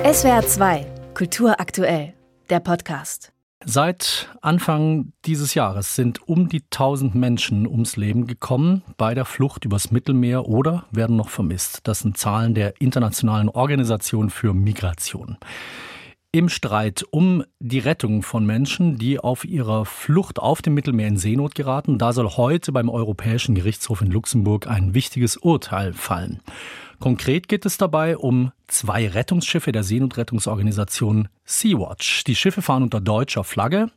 SWR 2, Kultur aktuell, der Podcast. Seit Anfang dieses Jahres sind um die 1000 Menschen ums Leben gekommen bei der Flucht übers Mittelmeer oder werden noch vermisst. Das sind Zahlen der Internationalen Organisation für Migration. Im Streit um die Rettung von Menschen, die auf ihrer Flucht auf dem Mittelmeer in Seenot geraten, da soll heute beim Europäischen Gerichtshof in Luxemburg ein wichtiges Urteil fallen. Konkret geht es dabei um 2 Rettungsschiffe der Seenotrettungsorganisation Sea-Watch. Die Schiffe fahren unter deutscher Flagge.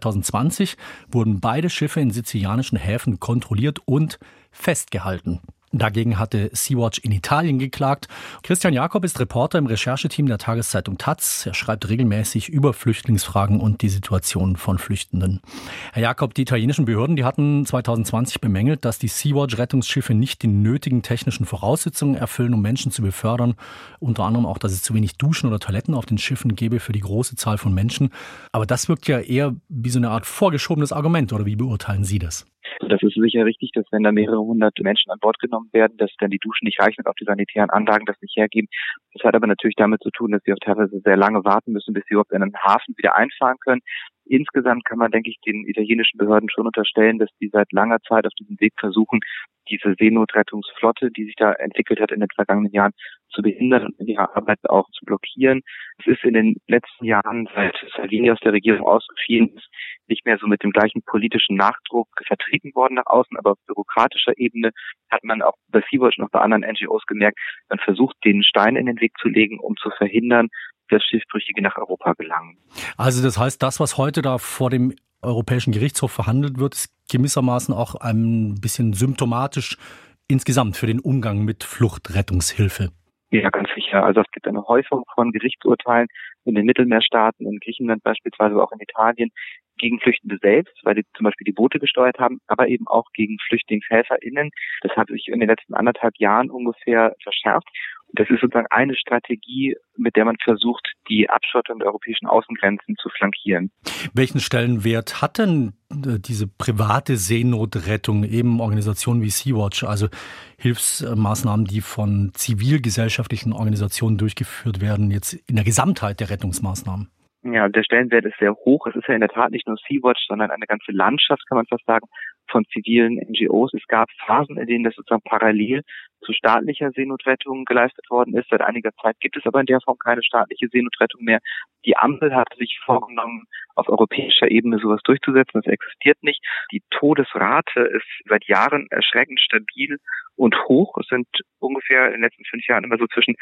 2020 wurden beide Schiffe in sizilianischen Häfen kontrolliert und festgehalten. Dagegen hatte Sea-Watch in Italien geklagt. Christian Jakob ist Reporter im Rechercheteam der Tageszeitung taz. Er schreibt regelmäßig über Flüchtlingsfragen und die Situation von Flüchtenden. Herr Jakob, die italienischen Behörden, die hatten 2020 bemängelt, dass die Sea-Watch-Rettungsschiffe nicht die nötigen technischen Voraussetzungen erfüllen, um Menschen zu befördern. Unter anderem auch, dass es zu wenig Duschen oder Toiletten auf den Schiffen gäbe für die große Zahl von Menschen. Aber das wirkt ja eher wie so eine Art vorgeschobenes Argument, oder wie beurteilen Sie das? Das ist sicher richtig, dass wenn da mehrere hundert Menschen an Bord genommen werden, dass dann die Duschen nicht reichen und auch die sanitären Anlagen das nicht hergeben. Das hat aber natürlich damit zu tun, dass sie auch teilweise sehr lange warten müssen, bis sie überhaupt in einen Hafen wieder einfahren können. Insgesamt kann man, denke ich, den italienischen Behörden schon unterstellen, dass die seit langer Zeit auf diesem Weg versuchen, diese Seenotrettungsflotte, die sich da entwickelt hat in den vergangenen Jahren, zu behindern und in ihrer Arbeit auch zu blockieren. Es ist in den letzten Jahren, seit Salvini aus der Regierung ausgeschieden ist, nicht mehr so mit dem gleichen politischen Nachdruck vertreten worden nach außen, aber auf bürokratischer Ebene hat man auch bei Sea-Watch und auch bei anderen NGOs gemerkt, man versucht, den Stein in den Weg zu legen, um zu verhindern, dass Schiffbrüchige nach Europa gelangen. Also das heißt, das, was heute da vor dem Europäischen Gerichtshof verhandelt wird, ist gewissermaßen auch ein bisschen symptomatisch insgesamt für den Umgang mit Fluchtrettungshilfe. Ja, ganz sicher. Also es gibt eine Häufung von Gerichtsurteilen in den Mittelmeerstaaten, in Griechenland beispielsweise, aber auch in Italien, gegen Flüchtende selbst, weil die zum Beispiel die Boote gesteuert haben, aber eben auch gegen FlüchtlingshelferInnen. Das hat sich in den letzten 1,5 Jahren ungefähr verschärft. Und das ist sozusagen eine Strategie, mit der man versucht, die Abschottung der europäischen Außengrenzen zu flankieren. Welchen Stellenwert hat denn diese private Seenotrettung, eben Organisationen wie Sea-Watch, also Hilfsmaßnahmen, die von zivilgesellschaftlichen Organisationen durchgeführt werden, jetzt in der Gesamtheit der Rettungsmaßnahmen? Ja, der Stellenwert ist sehr hoch. Es ist ja in der Tat nicht nur Sea-Watch, sondern eine ganze Landschaft, kann man fast sagen, von zivilen NGOs. Es gab Phasen, in denen das sozusagen parallel zu staatlicher Seenotrettung geleistet worden ist. Seit einiger Zeit gibt es aber in der Form keine staatliche Seenotrettung mehr. Die Ampel hat sich vorgenommen, auf europäischer Ebene sowas durchzusetzen. Das existiert nicht. Die Todesrate ist seit Jahren erschreckend stabil und hoch. Es sind ungefähr in den letzten 5 Jahren immer so zwischen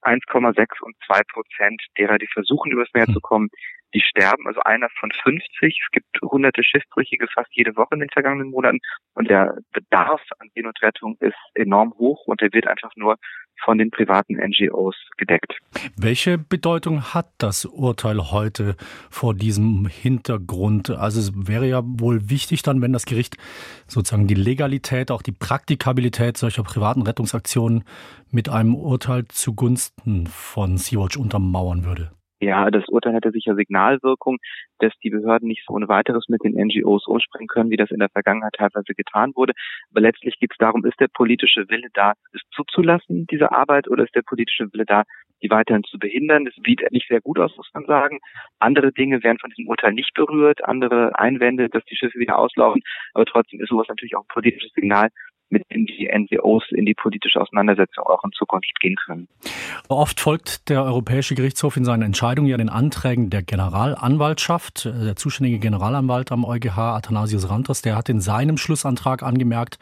1,6 und 2% derer, die versuchen, übers Meer zu kommen, die sterben, also einer von 50. Es gibt hunderte Schiffbrüchige fast jede Woche in den vergangenen Monaten und der Bedarf an Seenotrettung ist enorm hoch und der wird einfach nur von den privaten NGOs gedeckt. Welche Bedeutung hat das Urteil heute vor diesem Hintergrund? Also es wäre ja wohl wichtig dann, wenn das Gericht sozusagen die Legalität, auch die Praktikabilität solcher privaten Rettungsaktionen mit einem Urteil zugunsten von Sea-Watch untermauern würde. Ja, das Urteil hätte sicher Signalwirkung, dass die Behörden nicht so ohne weiteres mit den NGOs umspringen können, wie das in der Vergangenheit teilweise getan wurde. Aber letztlich geht es darum, ist der politische Wille da, es zuzulassen, diese Arbeit, oder ist der politische Wille da, die weiterhin zu behindern? Das sieht nicht sehr gut aus, muss man sagen. Andere Dinge werden von diesem Urteil nicht berührt, andere Einwände, dass die Schiffe wieder auslaufen. Aber trotzdem ist sowas natürlich auch ein politisches Signal, mit dem die NGOs in die politische Auseinandersetzung auch in Zukunft gehen können. Oft folgt der Europäische Gerichtshof in seinen Entscheidungen ja den Anträgen der Generalanwaltschaft. Der zuständige Generalanwalt am EuGH, Athanasius Ranters, der hat in seinem Schlussantrag angemerkt,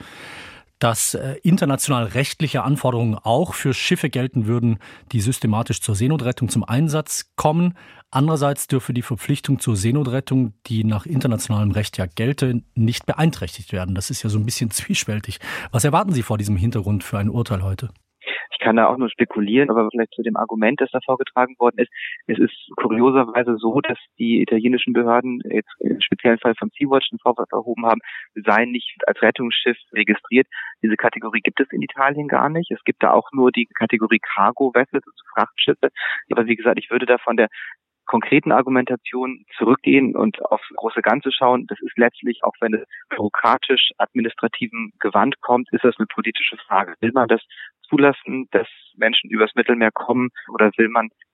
dass international rechtliche Anforderungen auch für Schiffe gelten würden, die systematisch zur Seenotrettung zum Einsatz kommen. Andererseits dürfe die Verpflichtung zur Seenotrettung, die nach internationalem Recht ja gelte, nicht beeinträchtigt werden. Das ist ja so ein bisschen zwiespältig. Was erwarten Sie vor diesem Hintergrund für ein Urteil heute? Ich kann da auch nur spekulieren, aber vielleicht zu dem Argument, das da vorgetragen worden ist. Es ist kurioserweise so, dass die italienischen Behörden jetzt im speziellen Fall von Sea-Watch einen Vorwurf erhoben haben, sei nicht als Rettungsschiff registriert. Diese Kategorie gibt es in Italien gar nicht. Es gibt da auch nur die Kategorie Cargo Vessels, also Frachtschiffe. Aber wie gesagt, ich würde da von der konkreten Argumentation zurückgehen und aufs große Ganze schauen. Das ist letztlich, auch wenn es bürokratisch, administrativen Gewand kommt, ist das eine politische Frage. Will man das zulassen, dass Menschen übers Mittelmeer kommen, oder will man, dass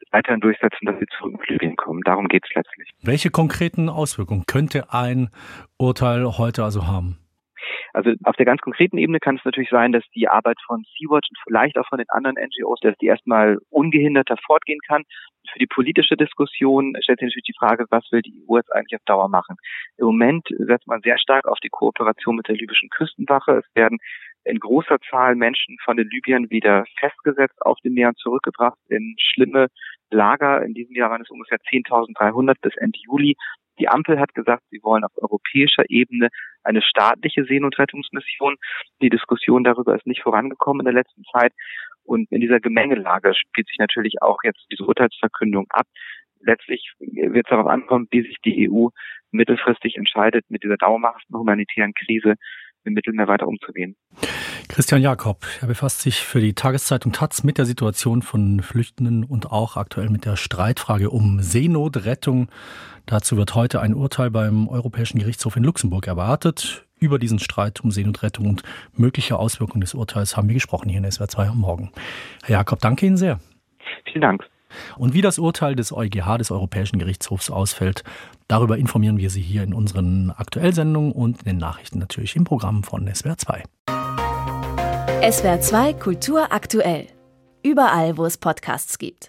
weiterhin durchsetzen, dass sie zurück nach Libyen kommen. Darum geht es letztlich. Welche konkreten Auswirkungen könnte ein Urteil heute also haben? Also auf der ganz konkreten Ebene kann es natürlich sein, dass die Arbeit von Sea-Watch und vielleicht auch von den anderen NGOs, dass die erstmal ungehinderter fortgehen kann. Für die politische Diskussion stellt sich natürlich die Frage, was will die EU jetzt eigentlich auf Dauer machen? Im Moment setzt man sehr stark auf die Kooperation mit der libyschen Küstenwache. Es werden in großer Zahl Menschen von den Libyern wieder festgesetzt, auf den Meeren zurückgebracht in schlimme Lager. In diesem Jahr waren es ungefähr 10.300 bis Ende Juli. Die Ampel hat gesagt, sie wollen auf europäischer Ebene eine staatliche Seenotrettungsmission. Die Diskussion darüber ist nicht vorangekommen in der letzten Zeit. Und in dieser Gemengelage spielt sich natürlich auch jetzt diese Urteilsverkündung ab. Letztlich wird es darauf ankommen, wie sich die EU mittelfristig entscheidet, mit dieser dauerhaften humanitären Krise im Mittelmeer weiter umzugehen. Christian Jakob, er befasst sich für die Tageszeitung taz mit der Situation von Flüchtenden und auch aktuell mit der Streitfrage um Seenotrettung. Dazu wird heute ein Urteil beim Europäischen Gerichtshof in Luxemburg erwartet. Über diesen Streit um Seenotrettung und mögliche Auswirkungen des Urteils haben wir gesprochen hier in SWR 2 am Morgen. Herr Jakob, danke Ihnen sehr. Vielen Dank. Und wie das Urteil des EuGH, des Europäischen Gerichtshofs, ausfällt, darüber informieren wir Sie hier in unseren Aktuellsendungen und in den Nachrichten natürlich im Programm von SWR 2. SWR 2 Kultur aktuell. Überall, wo es Podcasts gibt.